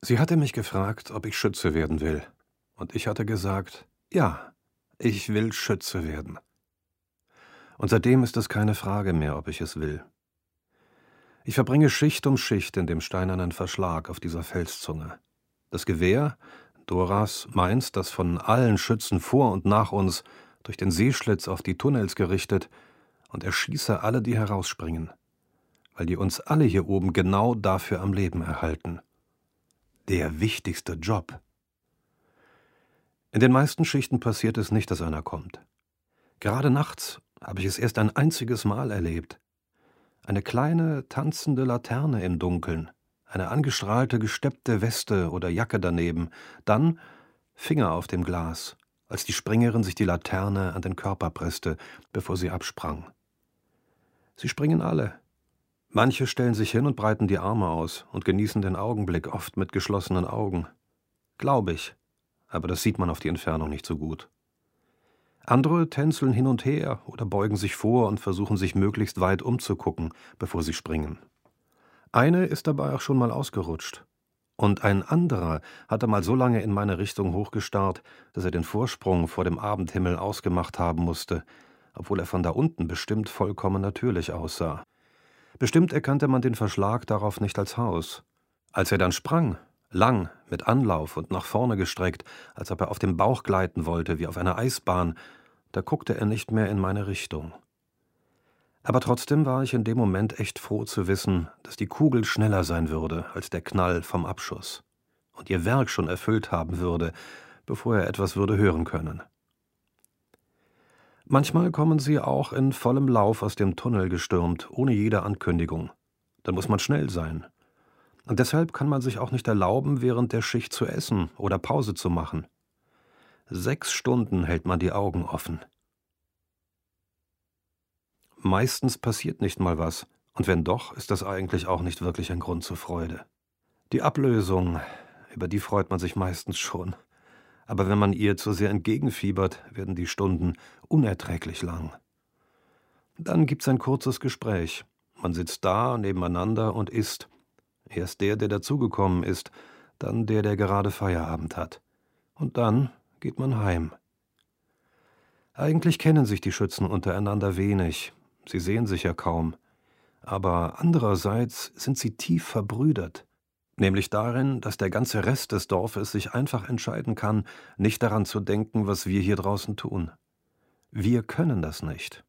Sie hatte mich gefragt, ob ich Schütze werden will. Und ich hatte gesagt, ja, ich will Schütze werden. Und seitdem ist es keine Frage mehr, ob ich es will. Ich verbringe Schicht um Schicht in dem steinernen Verschlag auf dieser Felszunge. Das Gewehr, Doras, meins, das von allen Schützen vor und nach uns durch den Seeschlitz auf die Tunnels gerichtet, und erschieße alle, die herausspringen, weil die uns alle hier oben genau dafür am Leben erhalten. Der wichtigste Job. In den meisten Schichten passiert es nicht, dass einer kommt. Gerade nachts habe ich es erst ein einziges Mal erlebt. Eine kleine, tanzende Laterne im Dunkeln, eine angestrahlte, gesteppte Weste oder Jacke daneben, dann Finger auf dem Glas, als die Springerin sich die Laterne an den Körper presste, bevor sie absprang. Sie springen alle. Manche stellen sich hin und breiten die Arme aus und genießen den Augenblick, oft mit geschlossenen Augen. Glaube ich, aber das sieht man auf die Entfernung nicht so gut. Andere tänzeln hin und her oder beugen sich vor und versuchen sich möglichst weit umzugucken, bevor sie springen. Eine ist dabei auch schon mal ausgerutscht. Und ein anderer hatte mal so lange in meine Richtung hochgestarrt, dass er den Vorsprung vor dem Abendhimmel ausgemacht haben musste, obwohl er von da unten bestimmt vollkommen natürlich aussah. Bestimmt erkannte man den Verschlag darauf nicht als Haus. Als er dann sprang, lang, mit Anlauf und nach vorne gestreckt, als ob er auf dem Bauch gleiten wollte, wie auf einer Eisbahn, da guckte er nicht mehr in meine Richtung. Aber trotzdem war ich in dem Moment echt froh zu wissen, dass die Kugel schneller sein würde als der Knall vom Abschuss und ihr Werk schon erfüllt haben würde, bevor er etwas würde hören können. Manchmal kommen sie auch in vollem Lauf aus dem Tunnel gestürmt, ohne jede Ankündigung. Dann muss man schnell sein. Und deshalb kann man sich auch nicht erlauben, während der Schicht zu essen oder Pause zu machen. 6 Stunden hält man die Augen offen. Meistens passiert nicht mal was, und wenn doch, ist das eigentlich auch nicht wirklich ein Grund zur Freude. Die Ablösung, über die freut man sich meistens schon. Aber wenn man ihr zu sehr entgegenfiebert, werden die Stunden unerträglich lang. Dann gibt's ein kurzes Gespräch. Man sitzt da nebeneinander und isst. Erst der dazugekommen ist, dann der gerade Feierabend hat. Und dann geht man heim. Eigentlich kennen sich die Schützen untereinander wenig. Sie sehen sich ja kaum. Aber andererseits sind sie tief verbrüdert. Nämlich darin, dass der ganze Rest des Dorfes sich einfach entscheiden kann, nicht daran zu denken, was wir hier draußen tun. Wir können das nicht.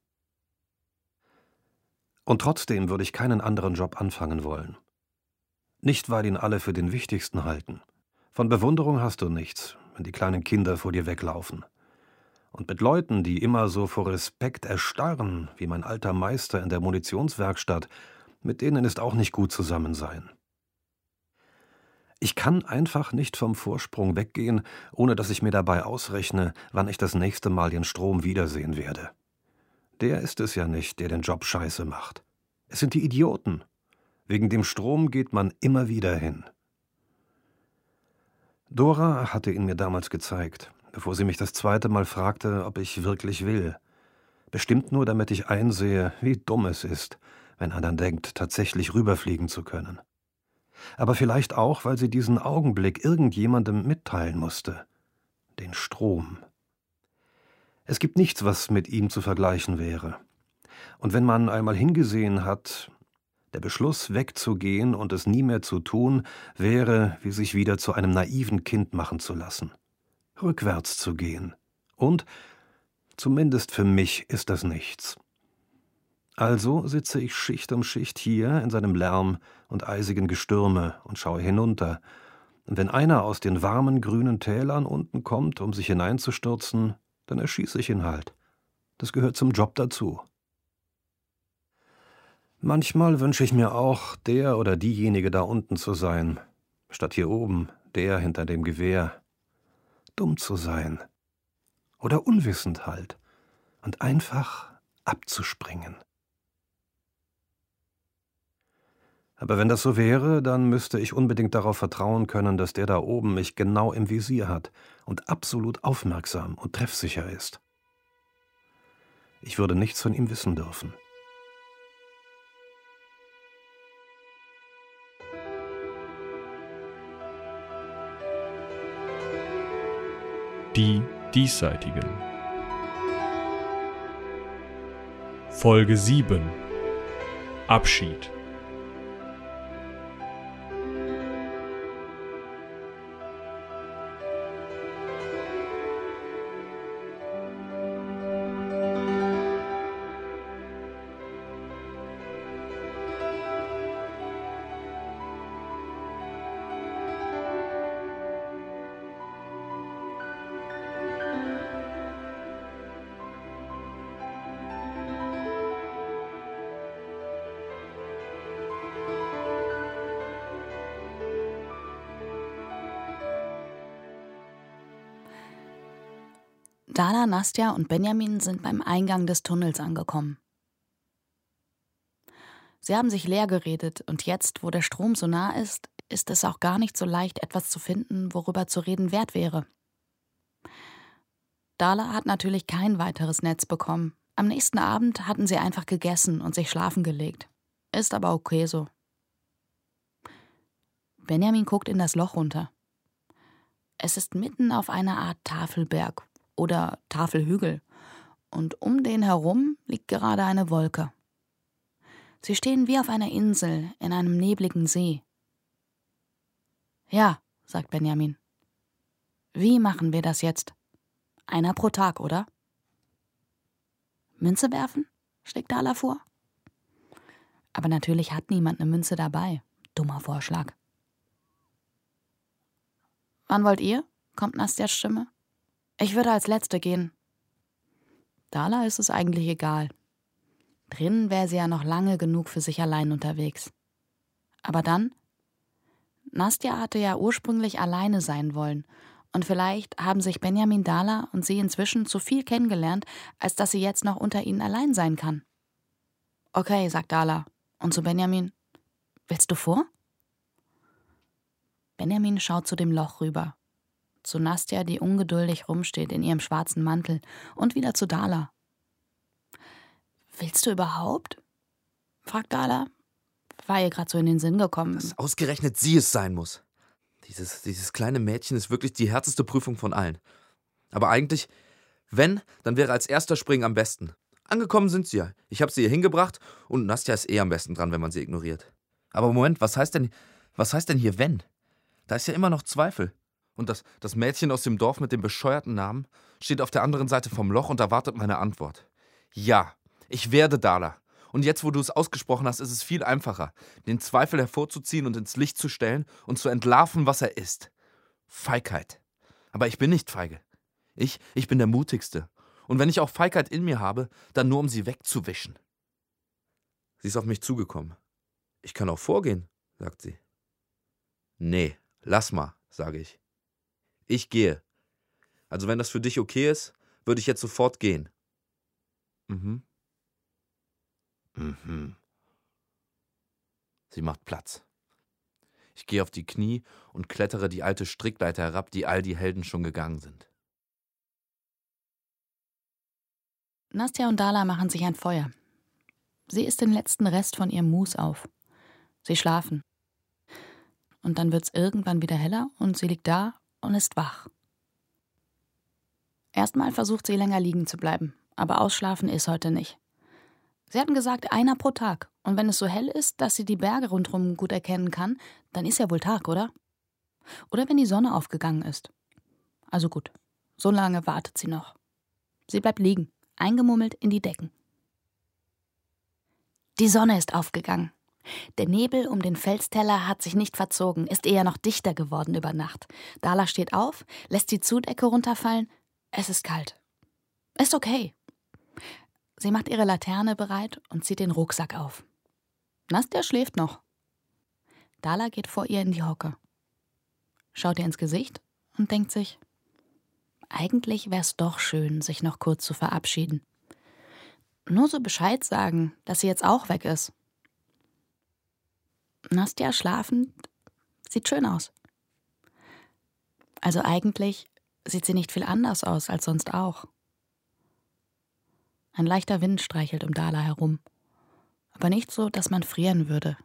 Und trotzdem würde ich keinen anderen Job anfangen wollen. Nicht, weil ihn alle für den wichtigsten halten. Von Bewunderung hast du nichts, wenn die kleinen Kinder vor dir weglaufen. Und mit Leuten, die immer so vor Respekt erstarren, wie mein alter Meister in der Munitionswerkstatt, mit denen ist auch nicht gut zusammen sein. Ich kann einfach nicht vom Vorsprung weggehen, ohne dass ich mir dabei ausrechne, wann ich das nächste Mal den Strom wiedersehen werde. Der ist es ja nicht, der den Job scheiße macht. Es sind die Idioten. Wegen dem Strom geht man immer wieder hin. Dora hatte ihn mir damals gezeigt, bevor sie mich das zweite Mal fragte, ob ich wirklich will. Bestimmt nur, damit ich einsehe, wie dumm es ist, wenn einer denkt, tatsächlich rüberfliegen zu können. Aber vielleicht auch, weil sie diesen Augenblick irgendjemandem mitteilen musste. Den Strom. Es gibt nichts, was mit ihm zu vergleichen wäre. Und wenn man einmal hingesehen hat, der Beschluss, wegzugehen und es nie mehr zu tun, wäre, wie sich wieder zu einem naiven Kind machen zu lassen. Rückwärts zu gehen. Und, zumindest für mich, ist das nichts. Also sitze ich Schicht um Schicht hier in seinem Lärm und eisigen Gestürme und schaue hinunter. Und wenn einer aus den warmen, grünen Tälern unten kommt, um sich hineinzustürzen, dann erschieße ich ihn halt. Das gehört zum Job dazu. Manchmal wünsche ich mir auch, der oder diejenige da unten zu sein, statt hier oben, der hinter dem Gewehr. Dumm zu sein. Oder unwissend halt. Und einfach abzuspringen. Aber wenn das so wäre, dann müsste ich unbedingt darauf vertrauen können, dass der da oben mich genau im Visier hat und absolut aufmerksam und treffsicher ist. Ich würde nichts von ihm wissen dürfen. Die Diesseitigen. Folge 7. Abschied. Dala, Nastja und Benjamin sind beim Eingang des Tunnels angekommen. Sie haben sich leer geredet und jetzt, wo der Strom so nah ist, ist es auch gar nicht so leicht, etwas zu finden, worüber zu reden wert wäre. Dala hat natürlich kein weiteres Netz bekommen. Am nächsten Abend hatten sie einfach gegessen und sich schlafen gelegt. Ist aber okay so. Benjamin guckt in das Loch runter. Es ist mitten auf einer Art Tafelberg oder Tafelhügel und um den herum liegt gerade eine Wolke. Sie stehen wie auf einer Insel in einem nebligen See. Ja, sagt Benjamin. Wie machen wir das jetzt? Einer pro Tag, oder? Münze werfen? Schlägt Dala vor. Aber natürlich hat niemand eine Münze dabei. Dummer Vorschlag. Wann wollt ihr? Kommt Nastjas Stimme. Ich würde als Letzte gehen. Dala ist es eigentlich egal. Drinnen wäre sie ja noch lange genug für sich allein unterwegs. Aber dann? Nastja hatte ja ursprünglich alleine sein wollen. Und vielleicht haben sich Benjamin, Dala und sie inzwischen zu viel kennengelernt, als dass sie jetzt noch unter ihnen allein sein kann. Okay, sagt Dala. Und zu Benjamin, willst du vor? Benjamin schaut zu dem Loch rüber. Zu Nastja, die ungeduldig rumsteht in ihrem schwarzen Mantel, und wieder zu Dala. Willst du überhaupt? Fragt Dala. War ihr gerade so in den Sinn gekommen. Dass ausgerechnet sie es sein muss. Dieses kleine Mädchen ist wirklich die härteste Prüfung von allen. Aber eigentlich, wenn, dann wäre als erster Springen am besten. Angekommen sind sie ja. Ich habe sie hier hingebracht und Nastja ist am besten dran, wenn man sie ignoriert. Aber Moment, was heißt denn hier wenn? Da ist ja immer noch Zweifel. Und das Mädchen aus dem Dorf mit dem bescheuerten Namen steht auf der anderen Seite vom Loch und erwartet meine Antwort. Ja, ich werde Dala. Und jetzt, wo du es ausgesprochen hast, ist es viel einfacher, den Zweifel hervorzuziehen und ins Licht zu stellen und zu entlarven, was er ist. Feigheit. Aber ich bin nicht feige. Ich bin der Mutigste. Und wenn ich auch Feigheit in mir habe, dann nur, um sie wegzuwischen. Sie ist auf mich zugekommen. Ich kann auch vorgehen, sagt sie. Nee, lass mal, sage ich. Ich gehe. Also wenn das für dich okay ist, würde ich jetzt sofort gehen. Mhm. Sie macht Platz. Ich gehe auf die Knie und klettere die alte Strickleiter herab, die all die Helden schon gegangen sind. Nastja und Dala machen sich ein Feuer. Sie isst den letzten Rest von ihrem Mus auf. Sie schlafen. Und dann wird's irgendwann wieder heller und sie liegt da und ist wach. Erstmal versucht sie länger liegen zu bleiben, aber ausschlafen ist heute nicht. Sie hatten gesagt, einer pro Tag. Und wenn es so hell ist, dass sie die Berge rundherum gut erkennen kann, dann ist ja wohl Tag, oder? Oder wenn die Sonne aufgegangen ist. Also gut, so lange wartet sie noch. Sie bleibt liegen, eingemummelt in die Decken. Die Sonne ist aufgegangen. Der Nebel um den Felsteller hat sich nicht verzogen, ist eher noch dichter geworden über Nacht. Dala steht auf, lässt die Zudecke runterfallen. Es ist kalt. Ist okay. Sie macht ihre Laterne bereit und zieht den Rucksack auf. Nastja schläft noch. Dala geht vor ihr in die Hocke. Schaut ihr ins Gesicht und denkt sich, eigentlich wär's doch schön, sich noch kurz zu verabschieden. Nur so Bescheid sagen, dass sie jetzt auch weg ist. Nastja schlafend sieht schön aus. Also eigentlich sieht sie nicht viel anders aus als sonst auch. Ein leichter Wind streichelt um Dala herum, aber nicht so, dass man frieren würde.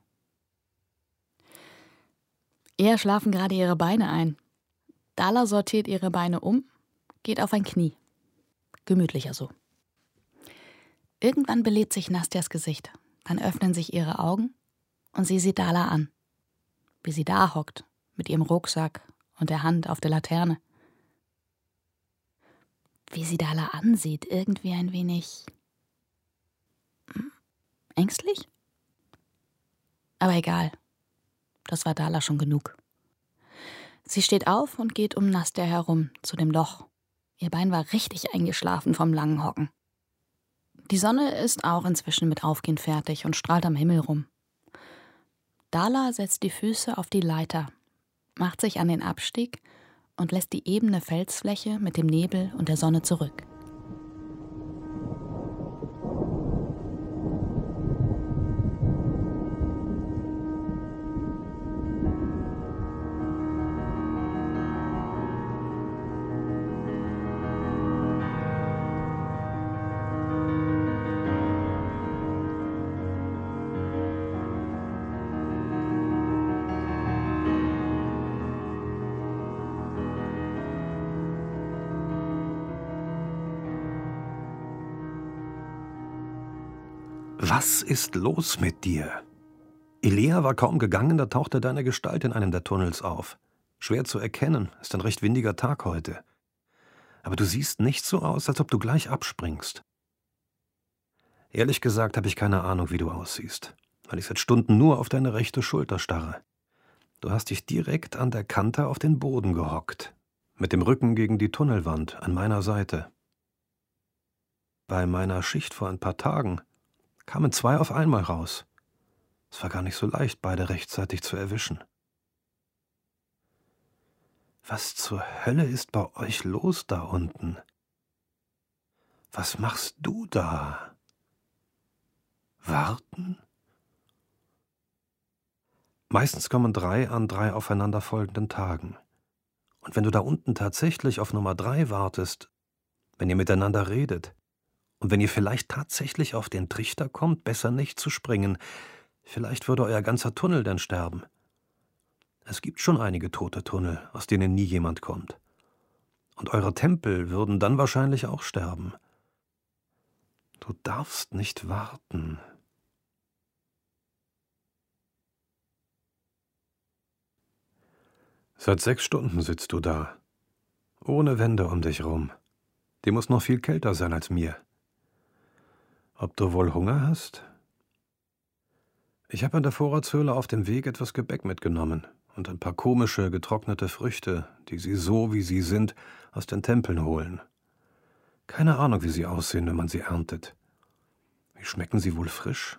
Eher schlafen gerade ihre Beine ein. Dala sortiert ihre Beine um, geht auf ein Knie. Gemütlicher so. Irgendwann belädt sich Nastjas Gesicht. Dann öffnen sich ihre Augen und sie sieht Dala an. Wie sie da hockt, mit ihrem Rucksack und der Hand auf der Laterne. Wie sie Dala ansieht, irgendwie ein wenig ängstlich? Aber egal, das war Dala schon genug. Sie steht auf und geht um Nastja herum, zu dem Loch. Ihr Bein war richtig eingeschlafen vom langen Hocken. Die Sonne ist auch inzwischen mit Aufgehen fertig und strahlt am Himmel rum. Dala setzt die Füße auf die Leiter, macht sich an den Abstieg und lässt die ebene Felsfläche mit dem Nebel und der Sonne zurück. Was ist los mit dir? Elea war kaum gegangen, da tauchte deine Gestalt in einem der Tunnels auf. Schwer zu erkennen, ist ein recht windiger Tag heute. Aber du siehst nicht so aus, als ob du gleich abspringst. Ehrlich gesagt habe ich keine Ahnung, wie du aussiehst, weil ich seit Stunden nur auf deine rechte Schulter starre. Du hast dich direkt an der Kante auf den Boden gehockt, mit dem Rücken gegen die Tunnelwand an meiner Seite. Bei meiner Schicht vor ein paar Tagen kamen 2 auf einmal raus. Es war gar nicht so leicht, beide rechtzeitig zu erwischen. Was zur Hölle ist bei euch los da unten? Was machst du da? Warten? Meistens kommen 3 an 3 aufeinanderfolgenden Tagen. Und wenn du da unten tatsächlich auf Nummer 3 wartest, wenn ihr miteinander redet, und wenn ihr vielleicht tatsächlich auf den Trichter kommt, besser nicht zu springen, vielleicht würde euer ganzer Tunnel dann sterben. Es gibt schon einige tote Tunnel, aus denen nie jemand kommt. Und eure Tempel würden dann wahrscheinlich auch sterben. Du darfst nicht warten. Seit 6 Stunden sitzt du da, ohne Wände um dich rum. Dir muss noch viel kälter sein als mir. Ob du wohl Hunger hast? Ich habe in der Vorratshöhle auf dem Weg etwas Gebäck mitgenommen und ein paar komische, getrocknete Früchte, die sie so, wie sie sind, aus den Tempeln holen. Keine Ahnung, wie sie aussehen, wenn man sie erntet. Wie schmecken sie wohl frisch?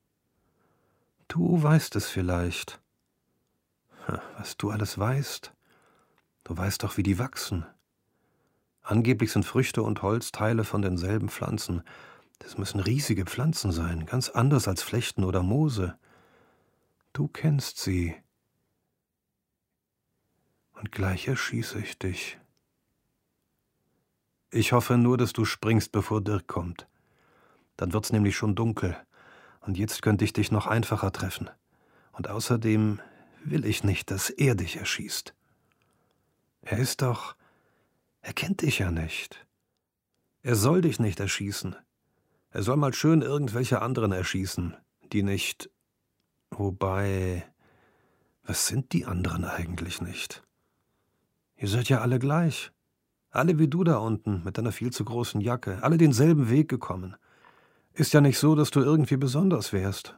Du weißt es vielleicht. Was du alles weißt. Du weißt doch, wie die wachsen. Angeblich sind Früchte und Holz Teile von denselben Pflanzen. Das müssen riesige Pflanzen sein, ganz anders als Flechten oder Moose. Du kennst sie. Und gleich erschieße ich dich. Ich hoffe nur, dass du springst, bevor Dirk kommt. Dann wird's nämlich schon dunkel. Und jetzt könnte ich dich noch einfacher treffen. Und außerdem will ich nicht, dass er dich erschießt. Er kennt dich ja nicht. Er soll dich nicht erschießen. Er soll mal schön irgendwelche anderen erschießen, die nicht... Wobei, was sind die anderen eigentlich nicht? Ihr seid ja alle gleich. Alle wie du da unten, mit deiner viel zu großen Jacke. Alle denselben Weg gekommen. Ist ja nicht so, dass du irgendwie besonders wärst.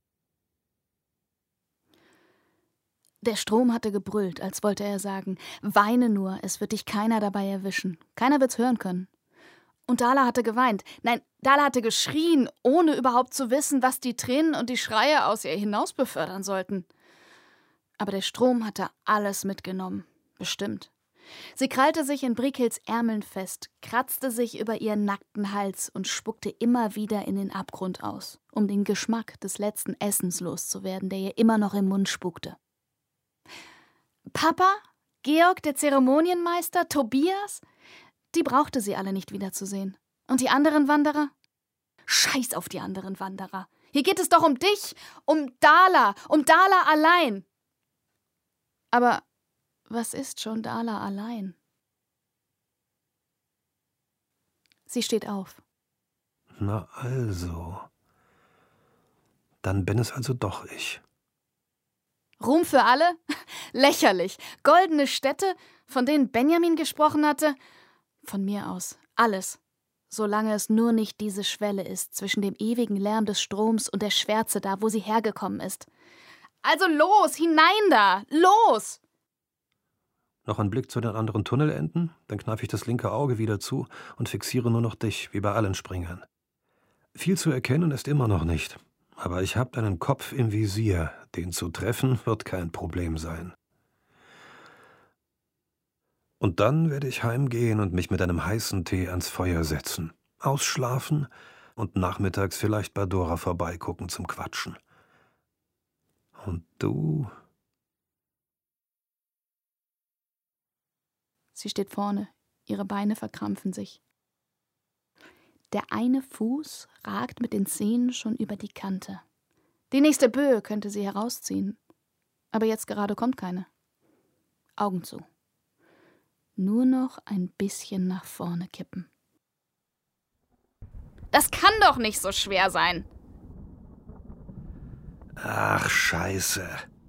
Der Strom hatte gebrüllt, als wollte er sagen, weine nur, es wird dich keiner dabei erwischen. Keiner wird's hören können. Und Dala hatte geweint. Nein, Dala hatte geschrien, ohne überhaupt zu wissen, was die Tränen und die Schreie aus ihr hinaus befördern sollten. Aber der Strom hatte alles mitgenommen. Bestimmt. Sie krallte sich in Brikhilds Ärmeln fest, kratzte sich über ihren nackten Hals und spuckte immer wieder in den Abgrund aus, um den Geschmack des letzten Essens loszuwerden, der ihr immer noch im Mund spukte. Papa, Georg, der Zeremonienmeister, Tobias, die brauchte sie alle nicht wiederzusehen. Und die anderen Wanderer? Scheiß auf die anderen Wanderer. Hier geht es doch um dich, um Dala allein. Aber was ist schon Dala allein? Sie steht auf. Na also. Dann bin es also doch ich. Ruhm für alle? Lächerlich. Goldene Städte, von denen Benjamin gesprochen hatte? Von mir aus. Alles. Solange es nur nicht diese Schwelle ist zwischen dem ewigen Lärm des Stroms und der Schwärze da, wo sie hergekommen ist. Also los, hinein da, los! Noch ein Blick zu den anderen Tunnelenden, dann kneife ich das linke Auge wieder zu und fixiere nur noch dich, wie bei allen Springern. Viel zu erkennen ist immer noch nicht, aber ich habe deinen Kopf im Visier, den zu treffen wird kein Problem sein. Und dann werde ich heimgehen und mich mit einem heißen Tee ans Feuer setzen, ausschlafen und nachmittags vielleicht bei Dora vorbeigucken zum Quatschen. Und du? Sie steht vorne, ihre Beine verkrampfen sich. Der eine Fuß ragt mit den Zehen schon über die Kante. Die nächste Böe könnte sie herausziehen, aber jetzt gerade kommt keine. Augen zu. Nur noch ein bisschen nach vorne kippen. Das kann doch nicht so schwer sein. Ach, Scheiße.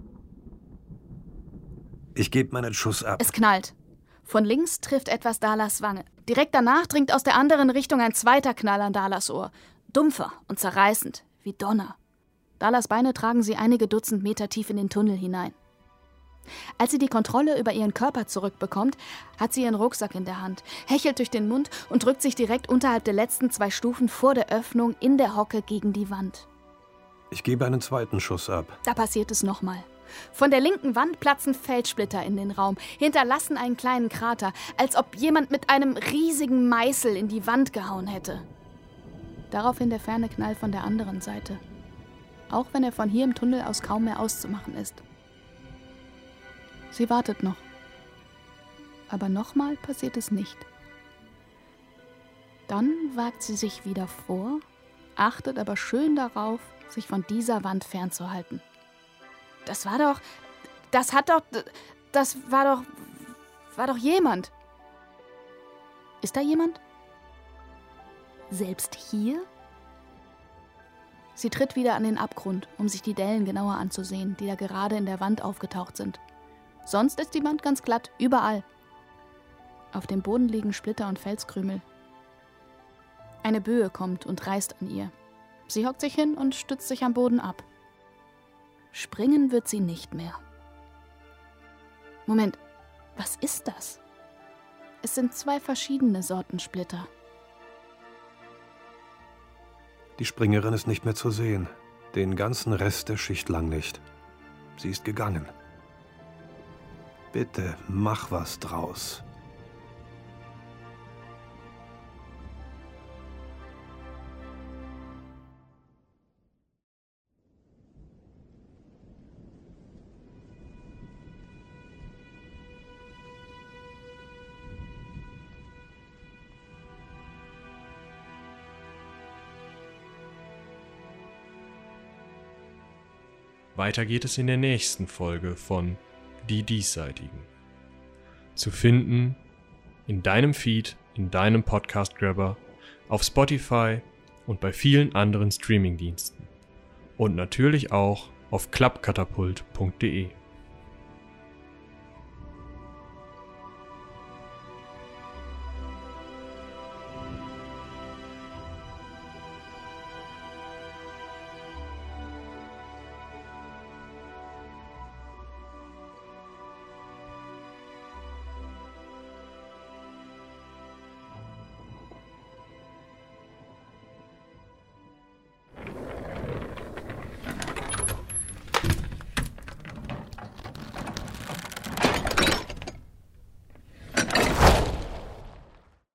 Ich gebe meinen Schuss ab. Es knallt. Von links trifft etwas Dalas Wange. Direkt danach dringt aus der anderen Richtung ein zweiter Knall an Dalas Ohr. Dumpfer und zerreißend, wie Donner. Dalas Beine tragen sie einige Dutzend Meter tief in den Tunnel hinein. Als sie die Kontrolle über ihren Körper zurückbekommt, hat sie ihren Rucksack in der Hand, hechelt durch den Mund und drückt sich direkt unterhalb der letzten 2 Stufen vor der Öffnung in der Hocke gegen die Wand. Ich gebe einen zweiten Schuss ab. Da passiert es nochmal. Von der linken Wand platzen Felssplitter in den Raum, hinterlassen einen kleinen Krater, als ob jemand mit einem riesigen Meißel in die Wand gehauen hätte. Daraufhin der ferne Knall von der anderen Seite. Auch wenn er von hier im Tunnel aus kaum mehr auszumachen ist. Sie wartet noch. Aber nochmal passiert es nicht. Dann wagt sie sich wieder vor, achtet aber schön darauf, sich von dieser Wand fernzuhalten. Das war doch jemand. Ist da jemand? Selbst hier? Sie tritt wieder an den Abgrund, um sich die Dellen genauer anzusehen, die da gerade in der Wand aufgetaucht sind. Sonst ist die Wand ganz glatt, überall. Auf dem Boden liegen Splitter und Felskrümel. Eine Böe kommt und reißt an ihr. Sie hockt sich hin und stützt sich am Boden ab. Springen wird sie nicht mehr. Moment, was ist das? Es sind 2 verschiedene Sorten Splitter. Die Springerin ist nicht mehr zu sehen. Den ganzen Rest der Schicht lang nicht. Sie ist gegangen. Bitte, mach was draus. Weiter geht es in der nächsten Folge von Die Diesseitigen. Zu finden in deinem Feed, in deinem Podcast-Grabber, auf Spotify und bei vielen anderen Streamingdiensten. Und natürlich auch auf klappkatapult.de.